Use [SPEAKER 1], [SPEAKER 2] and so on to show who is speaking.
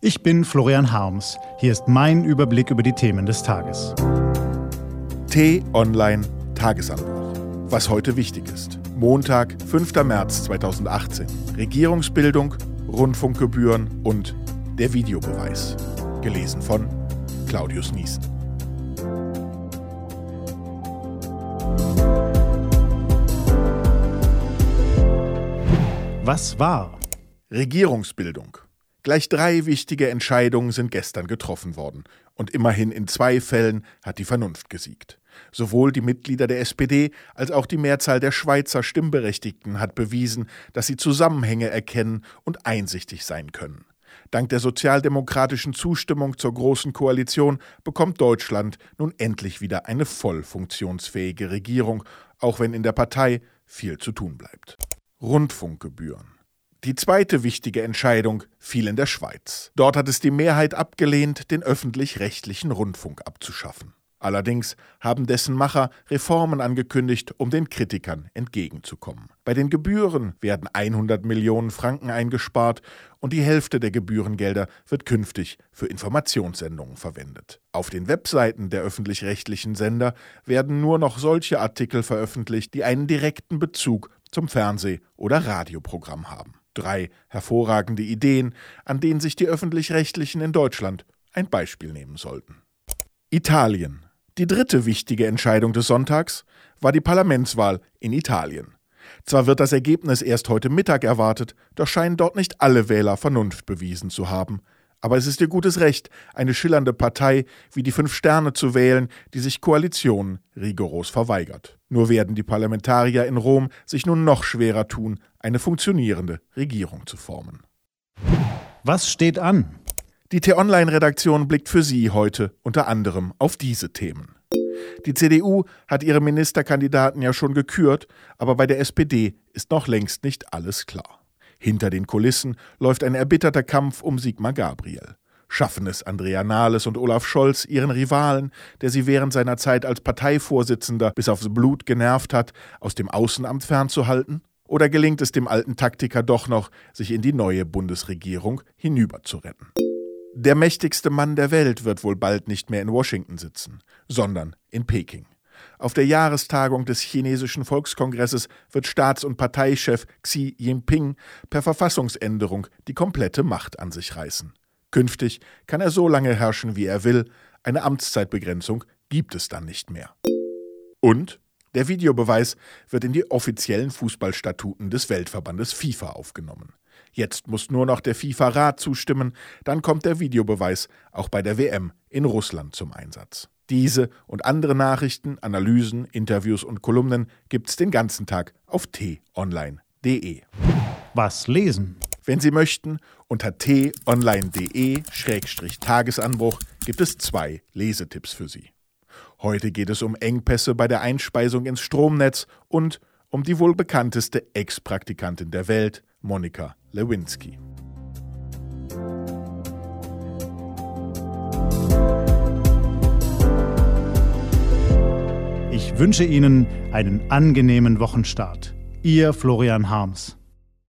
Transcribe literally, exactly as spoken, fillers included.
[SPEAKER 1] Ich bin Florian Harms. Hier ist mein Überblick über die Themen des Tages.
[SPEAKER 2] T-Online Tagesanbruch. Was heute wichtig ist. Montag, fünfter März zweitausendachtzehn. Regierungsbildung, Rundfunkgebühren und der Videobeweis. Gelesen von Claudius Niesen.
[SPEAKER 1] Was war?
[SPEAKER 2] Regierungsbildung. Gleich drei wichtige Entscheidungen sind gestern getroffen worden. Und immerhin in zwei Fällen hat die Vernunft gesiegt. Sowohl die Mitglieder der S P D als auch die Mehrzahl der Schweizer Stimmberechtigten hat bewiesen, dass sie Zusammenhänge erkennen und einsichtig sein können. Dank der sozialdemokratischen Zustimmung zur Großen Koalition bekommt Deutschland nun endlich wieder eine voll funktionsfähige Regierung, auch wenn in der Partei viel zu tun bleibt. Rundfunkgebühren. Die zweite wichtige Entscheidung fiel in der Schweiz. Dort hat es die Mehrheit abgelehnt, den öffentlich-rechtlichen Rundfunk abzuschaffen. Allerdings haben dessen Macher Reformen angekündigt, um den Kritikern entgegenzukommen. Bei den Gebühren werden hundert Millionen Franken eingespart und die Hälfte der Gebührengelder wird künftig für Informationssendungen verwendet. Auf den Webseiten der öffentlich-rechtlichen Sender werden nur noch solche Artikel veröffentlicht, die einen direkten Bezug zum Fernseh- oder Radioprogramm haben. Drei hervorragende Ideen, an denen sich die Öffentlich-Rechtlichen in Deutschland ein Beispiel nehmen sollten. Italien. Die dritte wichtige Entscheidung des Sonntags war die Parlamentswahl in Italien. Zwar wird das Ergebnis erst heute Mittag erwartet, doch scheinen dort nicht alle Wähler Vernunft bewiesen zu haben. Aber es ist ihr gutes Recht, eine schillernde Partei wie die Fünf Sterne zu wählen, die sich Koalitionen rigoros verweigert. Nur werden die Parlamentarier in Rom sich nun noch schwerer tun, eine funktionierende Regierung zu formen.
[SPEAKER 1] Was steht an?
[SPEAKER 2] Die T-Online-Redaktion blickt für Sie heute unter anderem auf diese Themen. Die C D U hat ihre Ministerkandidaten ja schon gekürt, aber bei der S P D ist noch längst nicht alles klar. Hinter den Kulissen läuft ein erbitterter Kampf um Sigmar Gabriel. Schaffen es Andrea Nahles und Olaf Scholz, ihren Rivalen, der sie während seiner Zeit als Parteivorsitzender bis aufs Blut genervt hat, aus dem Außenamt fernzuhalten? Oder gelingt es dem alten Taktiker doch noch, sich in die neue Bundesregierung hinüberzuretten? Der mächtigste Mann der Welt wird wohl bald nicht mehr in Washington sitzen, sondern in Peking. Auf der Jahrestagung des chinesischen Volkskongresses wird Staats- und Parteichef Xi Jinping per Verfassungsänderung die komplette Macht an sich reißen. Künftig kann er so lange herrschen, wie er will. Eine Amtszeitbegrenzung gibt es dann nicht mehr. Und der Videobeweis wird in die offiziellen Fußballstatuten des Weltverbandes FIFA aufgenommen. Jetzt muss nur noch der FIFA-Rat zustimmen, dann kommt der Videobeweis auch bei der W M in Russland zum Einsatz. Diese und andere Nachrichten, Analysen, Interviews und Kolumnen gibt's den ganzen Tag auf t online punkt de.
[SPEAKER 1] Was lesen?
[SPEAKER 2] Wenn Sie möchten, unter t online punkt de Schrägstrich Tagesanbruch gibt es zwei Lesetipps für Sie. Heute geht es um Engpässe bei der Einspeisung ins Stromnetz und um die wohl bekannteste Ex-Praktikantin der Welt, Monika Lewinsky.
[SPEAKER 1] Ich wünsche Ihnen einen angenehmen Wochenstart. Ihr Florian Harms.